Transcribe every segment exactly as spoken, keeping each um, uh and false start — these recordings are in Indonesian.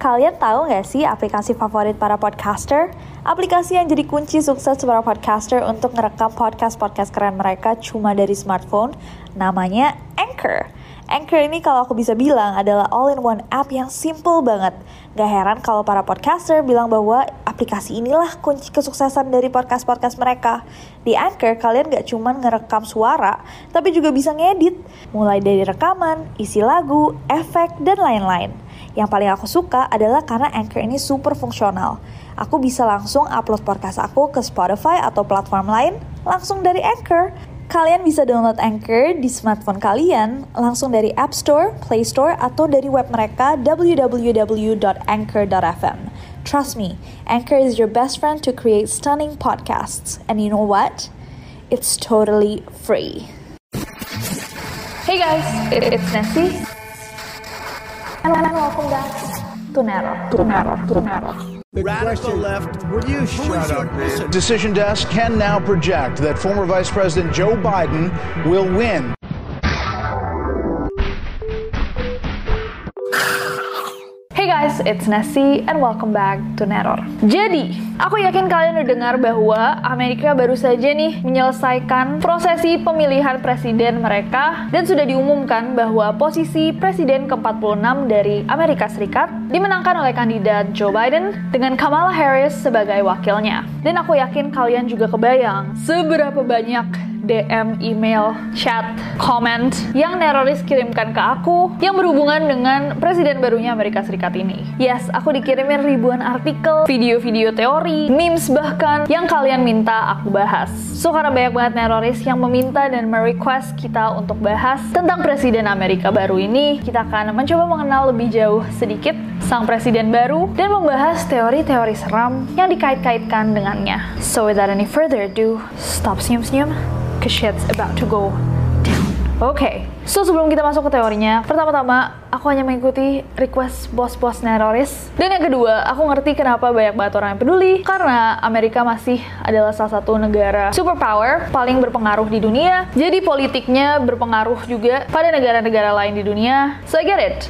Kalian tahu nggak sih aplikasi favorit para podcaster? Aplikasi yang jadi kunci sukses para podcaster untuk ngerekam podcast-podcast keren mereka cuma dari smartphone, namanya Anchor. Anchor ini kalau aku bisa bilang adalah all-in-one app yang simple banget. Gak heran kalau para podcaster bilang bahwa aplikasi inilah kunci kesuksesan dari podcast-podcast mereka. Di Anchor, kalian gak cuma ngerekam suara, tapi juga bisa ngedit. Mulai dari rekaman, isi lagu, efek, dan lain-lain. Yang paling aku suka adalah karena Anchor ini super fungsional. Aku bisa langsung upload podcast aku ke Spotify atau platform lain langsung dari Anchor. Kalian bisa download Anchor di smartphone kalian langsung dari App Store, Play Store, atau dari web mereka w w w dot anchor dot f m. Trust me, Anchor is your best friend to create stunning podcasts. And you know what? It's totally free. Hey guys, it's Nessie. And welcome back to Nero. To Nero. To Nero. Radical left, would you shut up, man? Decision Desk can now project that former Vice President Joe Biden will win. Hey guys, it's Nessie and welcome back to Neror. Jadi, aku yakin kalian udah dengar bahwa Amerika baru saja nih menyelesaikan prosesi pemilihan presiden mereka dan sudah diumumkan bahwa posisi presiden ke empat puluh enam dari Amerika Serikat dimenangkan oleh kandidat Joe Biden dengan Kamala Harris sebagai wakilnya. Dan aku yakin kalian juga kebayang seberapa banyak D M, email, chat, comment yang Neroris kirimkan ke aku yang berhubungan dengan presiden barunya Amerika Serikat ini. Yes, aku dikirimin ribuan artikel, video-video teori, memes bahkan yang kalian minta aku bahas. So, karena banyak banget Neroris yang meminta dan merequest kita untuk bahas tentang presiden Amerika baru ini, kita akan mencoba mengenal lebih jauh sedikit sang presiden baru dan membahas teori-teori seram yang dikait-kaitkan dengannya. So, without any further ado, stop senyum-senyum. Cause shit's about to go down. Oke, okay. So sebelum kita masuk ke teorinya, pertama-tama aku hanya mengikuti request bos-bos Neroris. Dan yang kedua, aku ngerti kenapa banyak banget orang yang peduli. Karena Amerika masih adalah salah satu negara superpower paling berpengaruh di dunia. Jadi politiknya berpengaruh juga pada negara-negara lain di dunia. So I get it.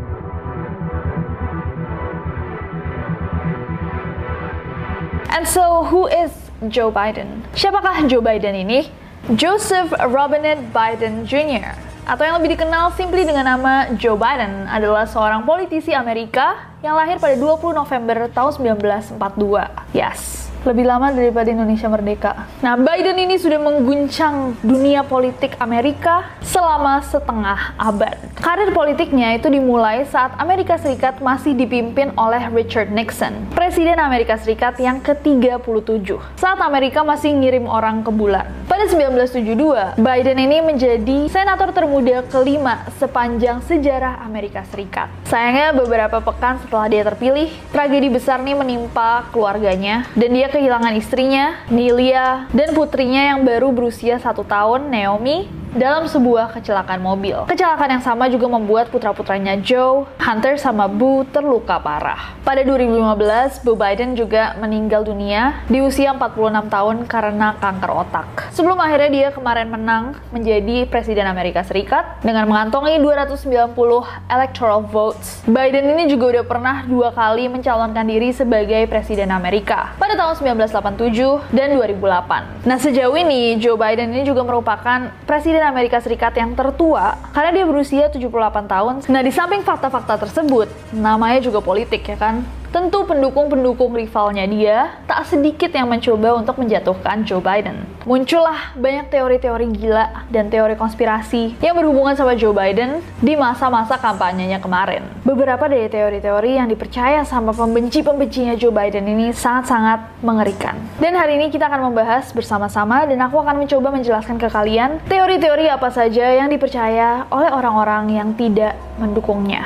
And so, who is Joe Biden? Siapakah Joe Biden ini? Joseph Robinette Biden Junior atau yang lebih dikenal simply dengan nama Joe Biden adalah seorang politisi Amerika yang lahir pada dua puluh November tahun sembilan belas empat puluh dua. Yes, lebih lama daripada Indonesia merdeka. Nah, Biden ini sudah mengguncang dunia politik Amerika selama setengah abad. Karir politiknya itu dimulai saat Amerika Serikat masih dipimpin oleh Richard Nixon, Presiden Amerika Serikat yang ke tiga puluh tujuh, saat Amerika masih ngirim orang ke bulan. Pada sembilan belas tujuh puluh dua, Biden ini menjadi senator termuda kelima sepanjang sejarah Amerika Serikat. Sayangnya beberapa pekan setelah dia terpilih, tragedi besar nih menimpa keluarganya, dan dia kehilangan istrinya, Nelia, dan putrinya yang baru berusia satu tahun, Naomi, dalam sebuah kecelakaan mobil. Kecelakaan yang sama juga membuat putra-putranya Joe, Hunter, sama Beau terluka parah. Pada dua ribu lima belas, Beau Biden juga meninggal dunia di usia empat puluh enam tahun karena kanker otak. Sebelum akhirnya dia kemarin menang menjadi Presiden Amerika Serikat dengan mengantongi dua ratus sembilan puluh electoral votes. Biden ini juga udah pernah dua kali mencalonkan diri sebagai Presiden Amerika pada tahun sembilan belas delapan puluh tujuh dan dua ribu delapan. Nah, sejauh ini Joe Biden ini juga merupakan Presiden Amerika Serikat yang tertua karena dia berusia tujuh puluh delapan tahun. Nah, di samping fakta-fakta tersebut, namanya juga politik ya kan? Tentu pendukung-pendukung rivalnya dia tak sedikit yang mencoba untuk menjatuhkan Joe Biden. Muncullah banyak teori-teori gila dan teori konspirasi yang berhubungan sama Joe Biden di masa-masa kampanyenya kemarin. Beberapa dari teori-teori yang dipercaya sama pembenci-pembencinya Joe Biden ini sangat-sangat mengerikan. Dan hari ini kita akan membahas bersama-sama dan aku akan mencoba menjelaskan ke kalian teori-teori apa saja yang dipercaya oleh orang-orang yang tidak mendukungnya.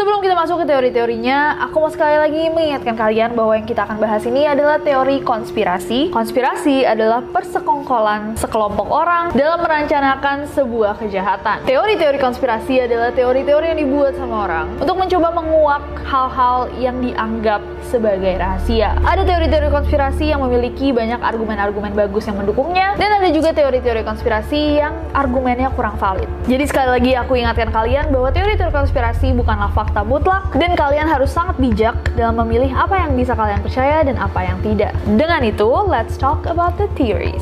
Sebelum kita masuk ke teori-teorinya, aku mau sekali lagi mengingatkan kalian bahwa yang kita akan bahas ini adalah teori konspirasi. Konspirasi adalah persekongkolan sekelompok orang dalam merencanakan sebuah kejahatan. Teori-teori konspirasi adalah teori-teori yang dibuat sama orang untuk mencoba menguak hal-hal yang dianggap sebagai rahasia. Ada teori-teori konspirasi yang memiliki banyak argumen-argumen bagus yang mendukungnya, dan ada juga teori-teori konspirasi yang argumennya kurang valid. Jadi sekali lagi aku ingatkan kalian bahwa teori-teori konspirasi bukanlah fakta mutlak, dan kalian harus sangat bijak dalam memilih apa yang bisa kalian percaya dan apa yang tidak. Dengan itu, let's talk about the theories.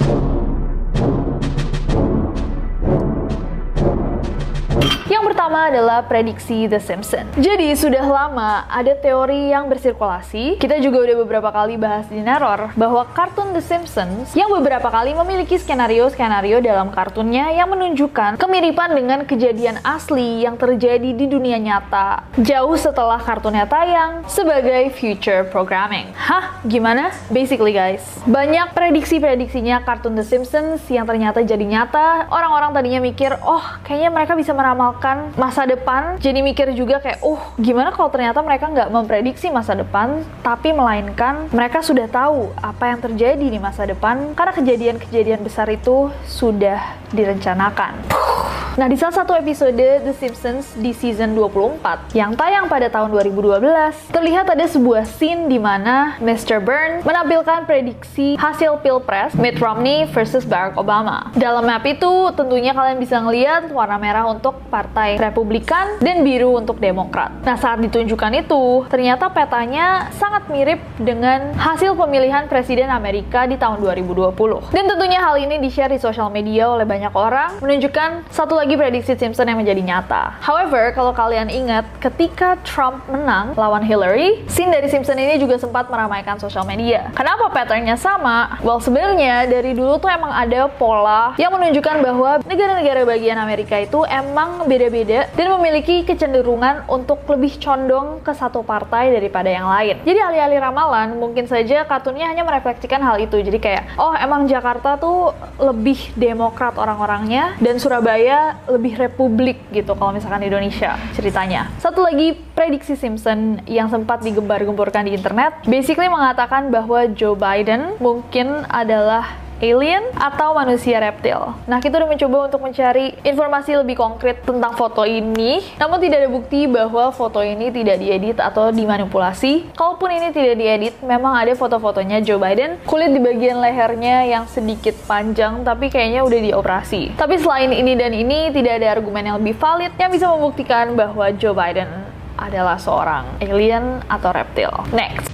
Yang pertama adalah prediksi The Simpsons. Jadi sudah lama ada teori yang bersirkulasi. Kita juga udah beberapa kali bahas di Neror bahwa kartun The Simpsons yang beberapa kali memiliki skenario-skenario dalam kartunnya yang menunjukkan kemiripan dengan kejadian asli yang terjadi di dunia nyata jauh setelah kartunnya tayang sebagai future programming. Hah? Gimana? Basically guys, banyak prediksi-prediksinya kartun The Simpsons yang ternyata jadi nyata. Orang-orang tadinya mikir, oh kayaknya mereka bisa meramalkan masa depan, jadi mikir juga kayak, oh gimana kalau ternyata mereka nggak memprediksi masa depan, tapi melainkan mereka sudah tahu apa yang terjadi di masa depan karena kejadian-kejadian besar itu sudah direncanakan. Nah, di salah satu episode The Simpsons di season dua puluh empat yang tayang pada tahun dua ribu dua belas, terlihat ada sebuah scene di mana mister Burns menampilkan prediksi hasil Pilpres Mitt Romney versus Barack Obama. Dalam map itu, tentunya kalian bisa ngelihat warna merah untuk Partai Republikan dan biru untuk Demokrat. Nah, saat ditunjukkan itu, ternyata petanya sangat mirip dengan hasil pemilihan Presiden Amerika di tahun dua ribu dua puluh. Dan tentunya hal ini di-share di sosial media oleh banyak orang, menunjukkan satu lagi prediksi Simpson yang menjadi nyata. However, kalau kalian ingat, ketika Trump menang lawan Hillary, scene dari Simpson ini juga sempat meramaikan sosial media. Kenapa patternnya sama? Well, sebenarnya dari dulu tuh emang ada pola yang menunjukkan bahwa negara-negara bagian Amerika itu emang beda-beda dan memiliki kecenderungan untuk lebih condong ke satu partai daripada yang lain. Jadi alih-alih ramalan, mungkin saja kartunnya hanya merefleksikan hal itu. Jadi kayak, oh emang Jakarta tuh lebih Demokrat orang-orangnya, dan Surabaya lebih Republik gitu kalau misalkan di Indonesia ceritanya. Satu lagi prediksi Simpson yang sempat digembar-gemborkan di internet basically mengatakan bahwa Joe Biden mungkin adalah alien atau manusia reptil. Nah, kita udah mencoba untuk mencari informasi lebih konkret tentang foto ini, namun tidak ada bukti bahwa foto ini tidak diedit atau dimanipulasi. Kalaupun ini tidak diedit, memang ada foto-fotonya Joe Biden, kulit di bagian lehernya yang sedikit panjang, tapi kayaknya udah dioperasi. Tapi selain ini dan ini, tidak ada argumen yang lebih valid yang bisa membuktikan bahwa Joe Biden adalah seorang alien atau reptil. Next.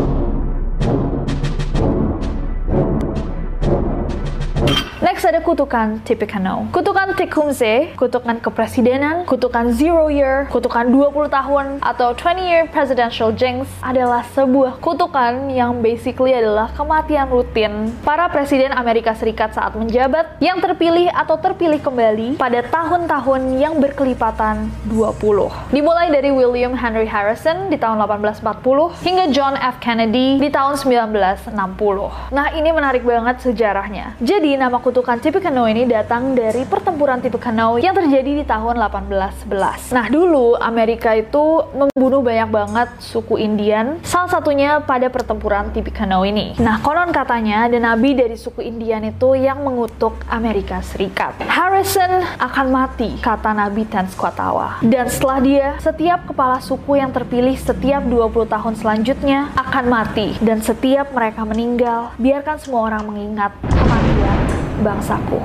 Next ada kutukan Tippecanoe. Kutukan Tecumseh, kutukan kepresidenan, kutukan zero year, kutukan dua puluh tahun, atau twenty year presidential jinx adalah sebuah kutukan yang basically adalah kematian rutin para presiden Amerika Serikat saat menjabat yang terpilih atau terpilih kembali pada tahun-tahun yang berkelipatan dua puluh. Dimulai dari William Henry Harrison di tahun delapan belas empat puluh hingga John F. Kennedy di tahun sembilan belas enam puluh. Nah, ini menarik banget sejarahnya. Jadi, nama kutukan Tippecanoe ini datang dari pertempuran Tippecanoe yang terjadi di tahun delapan belas sebelas. Nah, dulu Amerika itu membunuh banyak banget suku Indian, salah satunya pada pertempuran Tippecanoe ini. Nah, konon katanya ada nabi dari suku Indian itu yang mengutuk Amerika Serikat. Harrison akan mati, kata Nabi Tenskwatawa. Dan setelah dia, setiap kepala suku yang terpilih setiap dua puluh tahun selanjutnya akan mati. Dan setiap mereka meninggal, biarkan semua orang mengingat kematian bangsaku.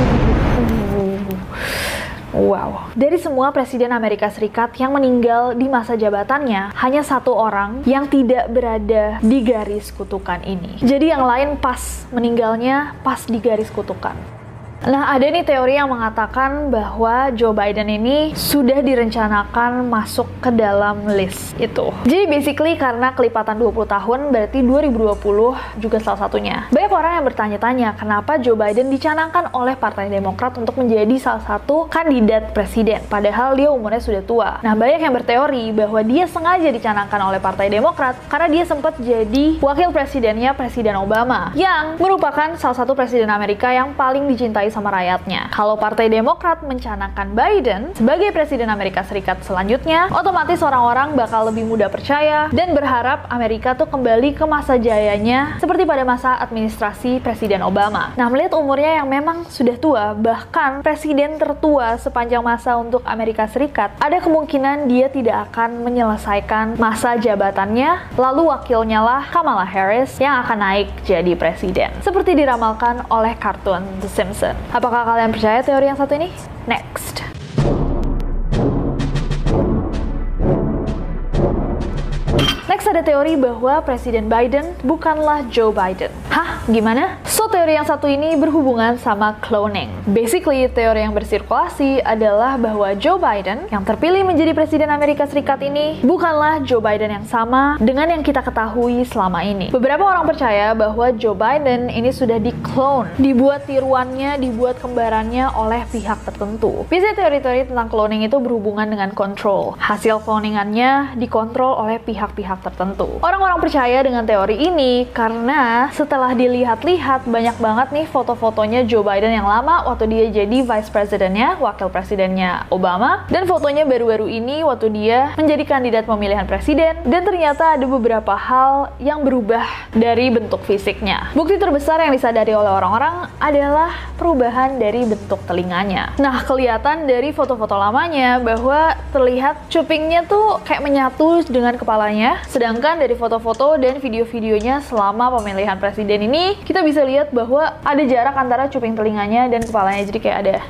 Wow. Dari semua presiden Amerika Serikat yang meninggal di masa jabatannya, hanya satu orang yang tidak berada di garis kutukan ini. Jadi yang lain pas meninggalnya pas di garis kutukan. Nah, ada nih teori yang mengatakan bahwa Joe Biden ini sudah direncanakan masuk ke dalam list itu. Jadi basically karena kelipatan dua puluh tahun, berarti dua ribu dua puluh juga salah satunya. Banyak orang yang bertanya-tanya kenapa Joe Biden dicanangkan oleh Partai Demokrat untuk menjadi salah satu kandidat presiden, padahal dia umurnya sudah tua. Nah, banyak yang berteori bahwa dia sengaja dicanangkan oleh Partai Demokrat karena dia sempat jadi wakil presidennya Presiden Obama, yang merupakan salah satu presiden Amerika yang paling dicintai sama rakyatnya. Kalau Partai Demokrat mencanangkan Biden sebagai Presiden Amerika Serikat selanjutnya, otomatis orang-orang bakal lebih mudah percaya dan berharap Amerika tuh kembali ke masa jayanya seperti pada masa administrasi Presiden Obama. Nah, melihat umurnya yang memang sudah tua, bahkan presiden tertua sepanjang masa untuk Amerika Serikat, ada kemungkinan dia tidak akan menyelesaikan masa jabatannya, lalu wakilnya lah Kamala Harris yang akan naik jadi presiden. Seperti diramalkan oleh kartun The Simpsons. Apakah kalian percaya teori yang satu ini? Next. Next ada teori bahwa Presiden Biden bukanlah Joe Biden. Hah? Gimana? So, teori yang satu ini berhubungan sama cloning. Basically, teori yang bersirkulasi adalah bahwa Joe Biden yang terpilih menjadi Presiden Amerika Serikat ini bukanlah Joe Biden yang sama dengan yang kita ketahui selama ini. Beberapa orang percaya bahwa Joe Biden ini sudah di-clone, dibuat tiruannya, dibuat kembarannya oleh pihak tertentu. Biasanya teori-teori tentang cloning itu berhubungan dengan control. Hasil cloningannya dikontrol oleh pihak-pihak tertentu. Orang-orang percaya dengan teori ini karena setelah dilihat-lihat banyak banget nih foto-fotonya Joe Biden yang lama waktu dia jadi vice presidennya, wakil presidennya Obama, dan fotonya baru-baru ini waktu dia menjadi kandidat pemilihan presiden, dan ternyata ada beberapa hal yang berubah dari bentuk fisiknya. Bukti terbesar yang disadari oleh orang-orang adalah perubahan dari bentuk telinganya. Nah, kelihatan dari foto-foto lamanya bahwa terlihat cupingnya tuh kayak menyatu dengan kepalanya, sedangkan dari foto-foto dan video-videonya selama pemilihan presiden ini, kita bisa lihat bahwa ada jarak antara cuping telinganya dan kepalanya, jadi kayak ada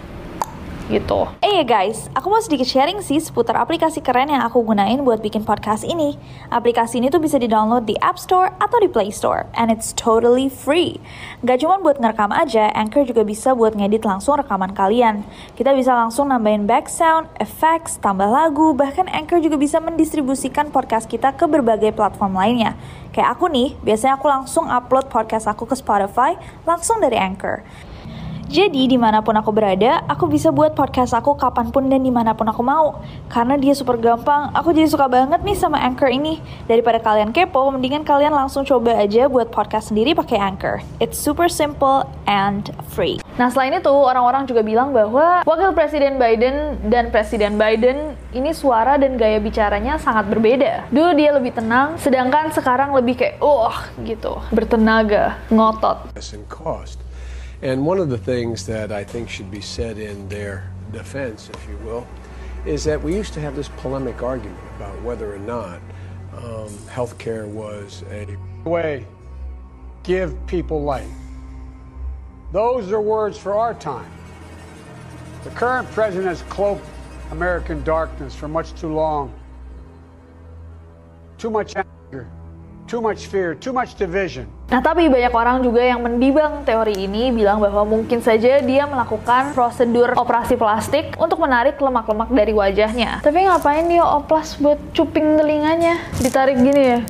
gitu. Eh hey guys, aku mau sedikit sharing sih seputar aplikasi keren yang aku gunain buat bikin podcast ini. Aplikasi ini tuh bisa di-download di App Store atau di Play Store, and it's totally free. Gak cuma buat ngerekam aja, Anchor juga bisa buat ngedit langsung rekaman kalian. Kita bisa langsung nambahin back sound, effects, tambah lagu, bahkan Anchor juga bisa mendistribusikan podcast kita ke berbagai platform lainnya. Kayak aku nih, biasanya aku langsung upload podcast aku ke Spotify langsung dari Anchor. Jadi dimanapun aku berada, aku bisa buat podcast aku kapanpun dan dimanapun aku mau. Karena dia super gampang, aku jadi suka banget nih sama Anchor ini. Daripada kalian kepo, mendingan kalian langsung coba aja buat podcast sendiri pakai Anchor. It's super simple and free. Nah, selain itu, orang-orang juga bilang bahwa Wakil Presiden Biden dan Presiden Biden ini suara dan gaya bicaranya sangat berbeda. Dulu dia lebih tenang, sedangkan sekarang lebih kayak, oh gitu, bertenaga, ngotot. And one of the things that I think should be said in their defense, if you will, is that we used to have this polemic argument about whether or not um, healthcare was a way give people life. Those are words for our time. The current president has cloaked American darkness for much too long. Too much anger, too much fear, too much division. Nah, tapi banyak orang juga yang mendibang teori ini, bilang bahwa mungkin saja dia melakukan prosedur operasi plastik untuk menarik lemak-lemak dari wajahnya. Tapi ngapain dia oplas buat cuping telinganya? Ditarik gini ya?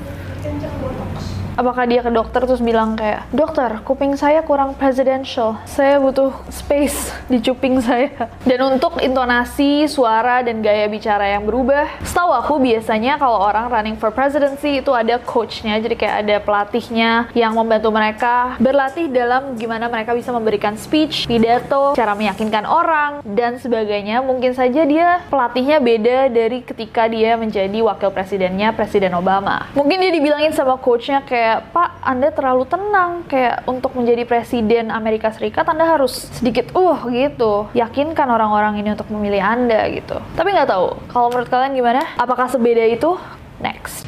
Apakah dia ke dokter terus bilang kayak, dokter, kuping saya kurang presidential, saya butuh space di cuping saya. Dan untuk intonasi, suara, dan gaya bicara yang berubah, setahu aku biasanya kalau orang running for presidency itu ada coachnya, jadi kayak ada pelatihnya yang membantu mereka berlatih dalam gimana mereka bisa memberikan speech, pidato, cara meyakinkan orang, dan sebagainya. Mungkin saja dia pelatihnya beda dari ketika dia menjadi wakil presidennya Presiden Obama. Mungkin dia dibilangin sama coachnya kayak, Pak, Anda terlalu tenang, kayak untuk menjadi Presiden Amerika Serikat Anda harus sedikit uh gitu, yakinkan orang-orang ini untuk memilih Anda gitu. Tapi nggak tahu, kalau menurut kalian gimana? Apakah sebeda itu? Next.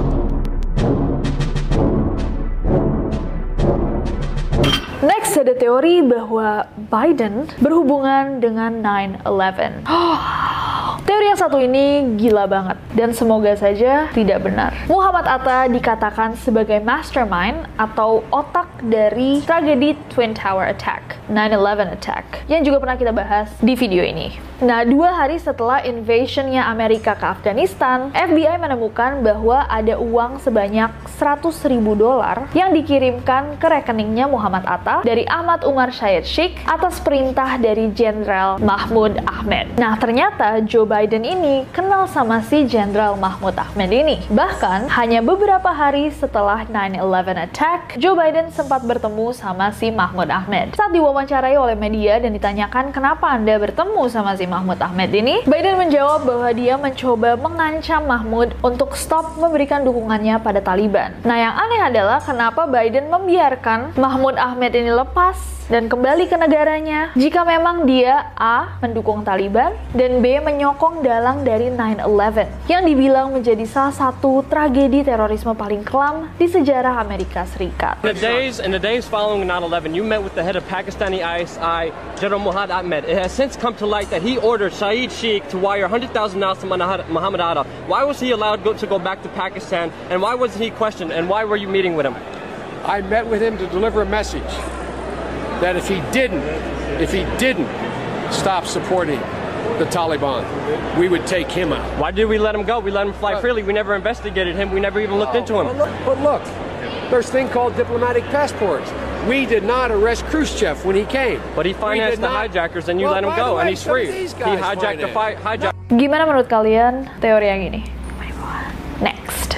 Next ada teori bahwa Biden berhubungan dengan nine eleven. Teori yang satu ini gila banget, dan semoga saja tidak benar. Muhammad Atta dikatakan sebagai mastermind atau otak dari tragedi Twin Tower Attack, nine eleven Attack, yang juga pernah kita bahas di video ini. Nah, dua hari setelah invasionnya Amerika ke Afghanistan, F B I menemukan bahwa ada uang sebanyak seratus ribu dolar yang dikirimkan ke rekeningnya Muhammad Atta dari Ahmad Umar Syed Sheikh atas perintah dari Jenderal Mahmud Ahmad. Nah, ternyata Joe Biden ini kenal sama si Jenderal Mahmud Ahmad ini. Bahkan, hanya beberapa hari setelah nine eleven attack, Joe Biden sempat bertemu sama si Mahmud Ahmad. Saat diwawancarai oleh media dan ditanyakan kenapa Anda bertemu sama si Mahmud Ahmad ini, Biden menjawab bahwa dia mencoba mengancam Mahmud untuk stop memberikan dukungannya pada Taliban. Nah, yang aneh adalah kenapa Biden membiarkan Mahmud Ahmad ini lepas dan kembali ke negaranya jika memang dia A. mendukung Taliban dan B. menyokong dalang dari nine eleven yang dibilang menjadi salah satu tragedi terorisme paling kelam di sejarah Amerika Serikat. In the days, in the days following nine eleven, you met with the head of Pakistani I S I, General Muhammad Ahmed. It has since come to light that he ordered Saeed Sheikh to wire one hundred thousand dollars to Muhammad Atta. Why was he allowed to go back to Pakistan, and why wasn't he questioned, and why were you meeting with him? I met with him to deliver a message that if he didn't, if he didn't stop supporting the Taliban, we would take him out. Why did we let him go? We let him fly Uh, freely. We never investigated him. We never even looked into him. But look, but look, there's a thing called diplomatic passports. We did not arrest Khrushchev when he came. But he We financed did the not- hijackers, and you Well, let him by the go, way, and he's some of free. these He guys hijacked the finance. fight. Hijack. Gimana menurut kalian teori yang ini? Next.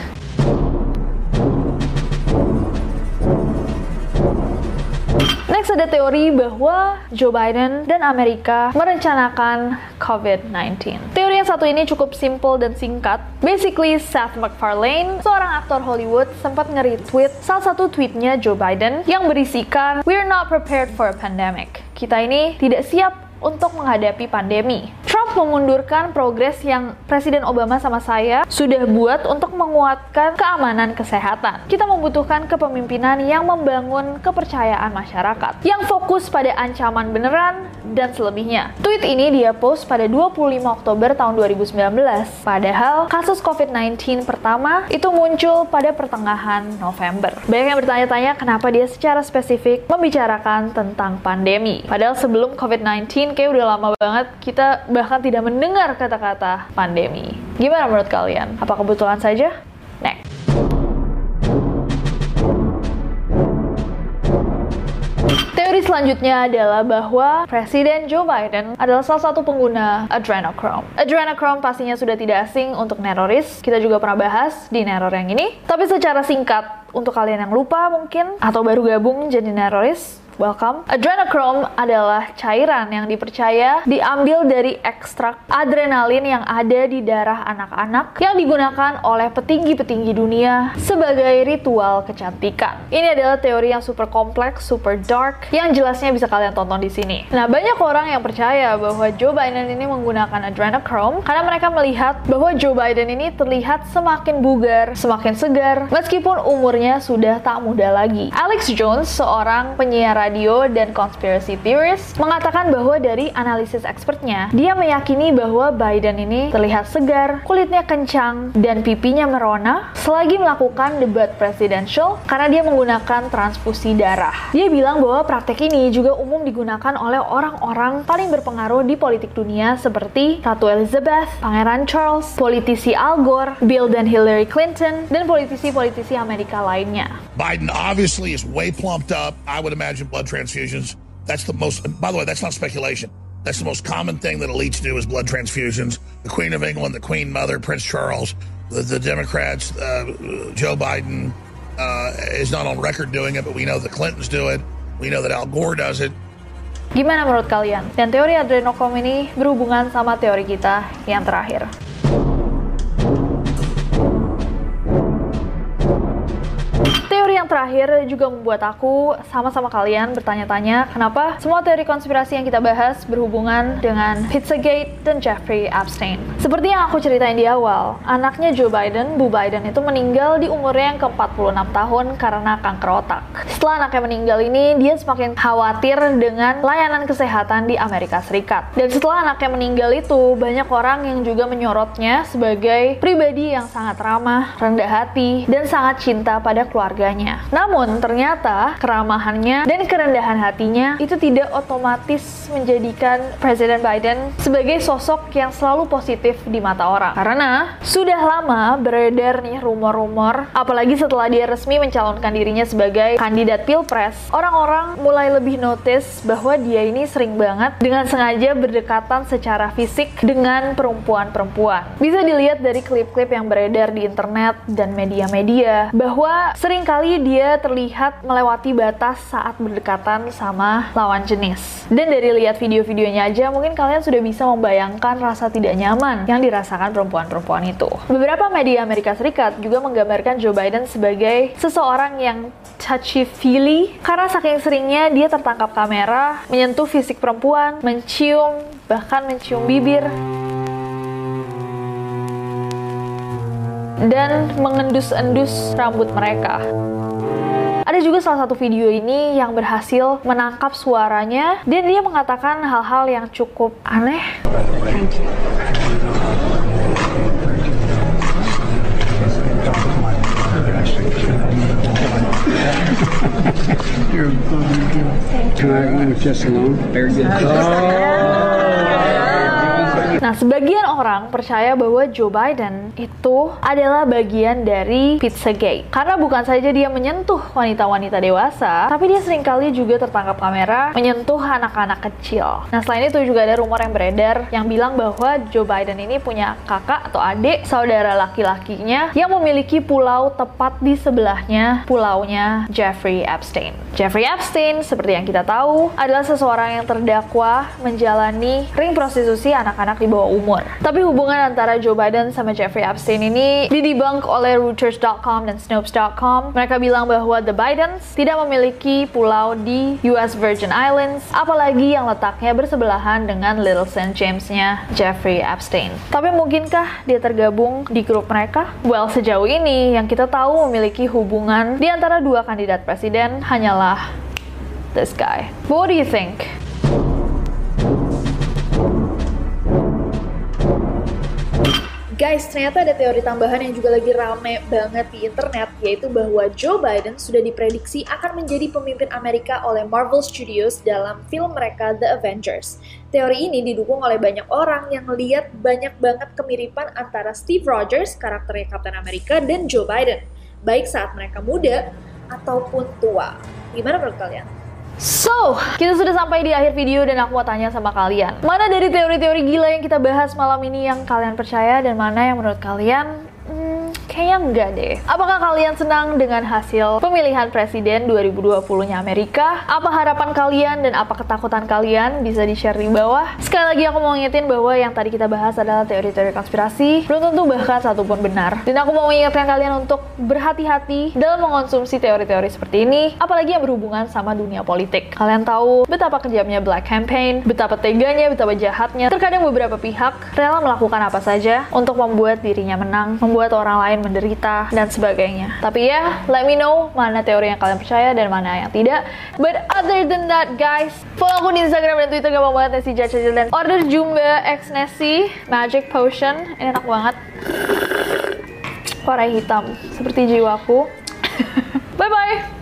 Next ada teori bahwa Joe Biden dan Amerika merencanakan covid sembilan belas. Teori yang satu ini cukup simple dan singkat. Basically, Seth MacFarlane, seorang aktor Hollywood, sempat nge-retweet salah satu tweetnya Joe Biden yang berisikan, "We're not prepared for a pandemic." Kita ini tidak siap untuk menghadapi pandemi. Trump memundurkan progres yang Presiden Obama sama saya sudah buat untuk menguatkan keamanan kesehatan. Kita membutuhkan kepemimpinan yang membangun kepercayaan masyarakat, yang fokus pada ancaman beneran dan selebihnya. Tweet ini dia post pada dua puluh lima Oktober tahun dua ribu sembilan belas. Padahal kasus covid sembilan belas pertama itu muncul pada pertengahan November. Banyak yang bertanya-tanya kenapa dia secara spesifik membicarakan tentang pandemi. Padahal sebelum covid sembilan belas kayak udah lama banget kita bahkan tidak mendengar kata-kata pandemi. Gimana menurut kalian? Apa kebetulan saja? Next. Teori selanjutnya adalah bahwa Presiden Joe Biden adalah salah satu pengguna adrenochrome. Adrenochrome pastinya sudah tidak asing untuk neroris. Kita juga pernah bahas di neror yang ini. Tapi secara singkat, untuk kalian yang lupa mungkin, atau baru gabung jadi neroris, welcome. Adrenochrome adalah cairan yang dipercaya diambil dari ekstrak adrenalin yang ada di darah anak-anak yang digunakan oleh petinggi-petinggi dunia sebagai ritual kecantikan. Ini adalah teori yang super kompleks, super dark, yang jelasnya bisa kalian tonton di sini. Nah, banyak orang yang percaya bahwa Joe Biden ini menggunakan adrenochrome karena mereka melihat bahwa Joe Biden ini terlihat semakin bugar, semakin segar, meskipun umurnya sudah tak muda lagi. Alex Jones, seorang penyiar radio dan conspiracy theorist, mengatakan bahwa dari analisis expertnya, dia meyakini bahwa Biden ini terlihat segar, kulitnya kencang, dan pipinya merona selagi melakukan debat presidential karena dia menggunakan transfusi darah. Dia bilang bahwa praktek ini juga umum digunakan oleh orang-orang paling berpengaruh di politik dunia seperti Ratu Elizabeth, Pangeran Charles, politisi Al Gore, Bill dan Hillary Clinton, dan politisi-politisi Amerika lainnya. Biden obviously is way plumped up. I would imagine blood transfusions. That's the most, by the way, that's not speculation. That's the most common thing that elites do is blood transfusions. The Queen of England, the Queen Mother, Prince Charles, the, the Democrats, uh, Joe Biden uh, is not on record doing it, but we know the Clintons do it. We know that Al Gore does it. Gimana menurut kalian? Dan teori adrenochrome ini berhubungan sama teori kita yang terakhir. Teori yang terakhir juga membuat aku sama-sama kalian bertanya-tanya kenapa semua teori konspirasi yang kita bahas berhubungan dengan Pizzagate dan Jeffrey Epstein. Seperti yang aku ceritain di awal, anaknya Joe Biden, Bu Biden itu meninggal di umurnya yang ke empat puluh enam tahun karena kanker otak. Setelah anaknya meninggal ini, dia semakin khawatir dengan layanan kesehatan di Amerika Serikat. Dan setelah anaknya meninggal itu, banyak orang yang juga menyorotnya sebagai pribadi yang sangat ramah, rendah hati, dan sangat cinta pada keluarganya. Namun ternyata keramahannya dan kerendahan hatinya itu tidak otomatis menjadikan Presiden Biden sebagai sosok yang selalu positif di mata orang. Karena sudah lama beredar nih rumor-rumor, apalagi setelah dia resmi mencalonkan dirinya sebagai kandidat Pilpres, orang-orang mulai lebih notice bahwa dia ini sering banget dengan sengaja berdekatan secara fisik dengan perempuan-perempuan. Bisa dilihat dari klip-klip yang beredar di internet dan media-media bahwa seringkali dia terlihat melewati batas saat berdekatan sama lawan jenis. Dan dari lihat video-videonya aja mungkin kalian sudah bisa membayangkan rasa tidak nyaman yang dirasakan perempuan-perempuan itu. Beberapa media Amerika Serikat juga menggambarkan Joe Biden sebagai seseorang yang touchy-feely karena saking seringnya dia tertangkap kamera menyentuh fisik perempuan, mencium, bahkan mencium bibir dan mengendus-endus rambut mereka. Ada juga salah satu video ini yang berhasil menangkap suaranya dan dia mengatakan hal-hal yang cukup aneh. You're Can I move just alone? Very good. Nah, sebagian orang percaya bahwa Joe Biden itu adalah bagian dari Pizzagate. Karena bukan saja dia menyentuh wanita-wanita dewasa, tapi dia seringkali juga tertangkap kamera menyentuh anak-anak kecil. Nah, selain itu juga ada rumor yang beredar yang bilang bahwa Joe Biden ini punya kakak atau adik, saudara laki-lakinya, yang memiliki pulau tepat di sebelahnya, pulaunya Jeffrey Epstein. Jeffrey Epstein, seperti yang kita tahu, adalah seseorang yang terdakwa menjalani ring prostitusi anak-anak di bawah umur. Tapi hubungan antara Joe Biden sama Jeffrey Epstein ini didebunk oleh Reuters dot com dan Snopes dot com. Mereka bilang bahwa the Bidens tidak memiliki pulau di U S Virgin Islands, apalagi yang letaknya bersebelahan dengan Little Saint James-nya Jeffrey Epstein. Tapi mungkinkah dia tergabung di grup mereka? Well, sejauh ini yang kita tahu memiliki hubungan di antara dua kandidat presiden hanyalah this guy. But what do you think? Guys, ternyata ada teori tambahan yang juga lagi rame banget di internet, yaitu bahwa Joe Biden sudah diprediksi akan menjadi pemimpin Amerika oleh Marvel Studios dalam film mereka The Avengers. Teori ini didukung oleh banyak orang yang melihat banyak banget kemiripan antara Steve Rogers, karakternya Captain America, dan Joe Biden, baik saat mereka muda ataupun tua. Gimana menurut kalian? So, kita sudah sampai di akhir video dan aku mau tanya sama kalian, mana dari teori-teori gila yang kita bahas malam ini yang kalian percaya dan mana yang menurut kalian hmm, kayaknya enggak deh. Apakah kalian senang dengan hasil pemilihan presiden dua ribu dua puluh-nya Amerika? Apa harapan kalian dan apa ketakutan kalian? Bisa di-share di bawah. Sekali lagi aku mau ngingetin bahwa yang tadi kita bahas adalah teori-teori konspirasi, belum tentu bahkan satu pun benar. Dan aku mau mengingatkan kalian untuk berhati-hati dalam mengonsumsi teori-teori seperti ini, apalagi yang berhubungan sama dunia politik. Kalian tahu betapa kejamnya Black Campaign, betapa teganya, betapa jahatnya. Terkadang beberapa pihak rela melakukan apa saja untuk membuat dirinya menang, membuat orang lain menderita, dan sebagainya. Tapi ya, let me know mana teori yang kalian percaya dan mana yang tidak. But other than that, guys, follow aku di Instagram dan Twitter, gampang banget, Nessie Judge, dan order Jumba X Nessie Magic Potion. Ini enak banget. Warna hitam, seperti jiwaku. Bye-bye!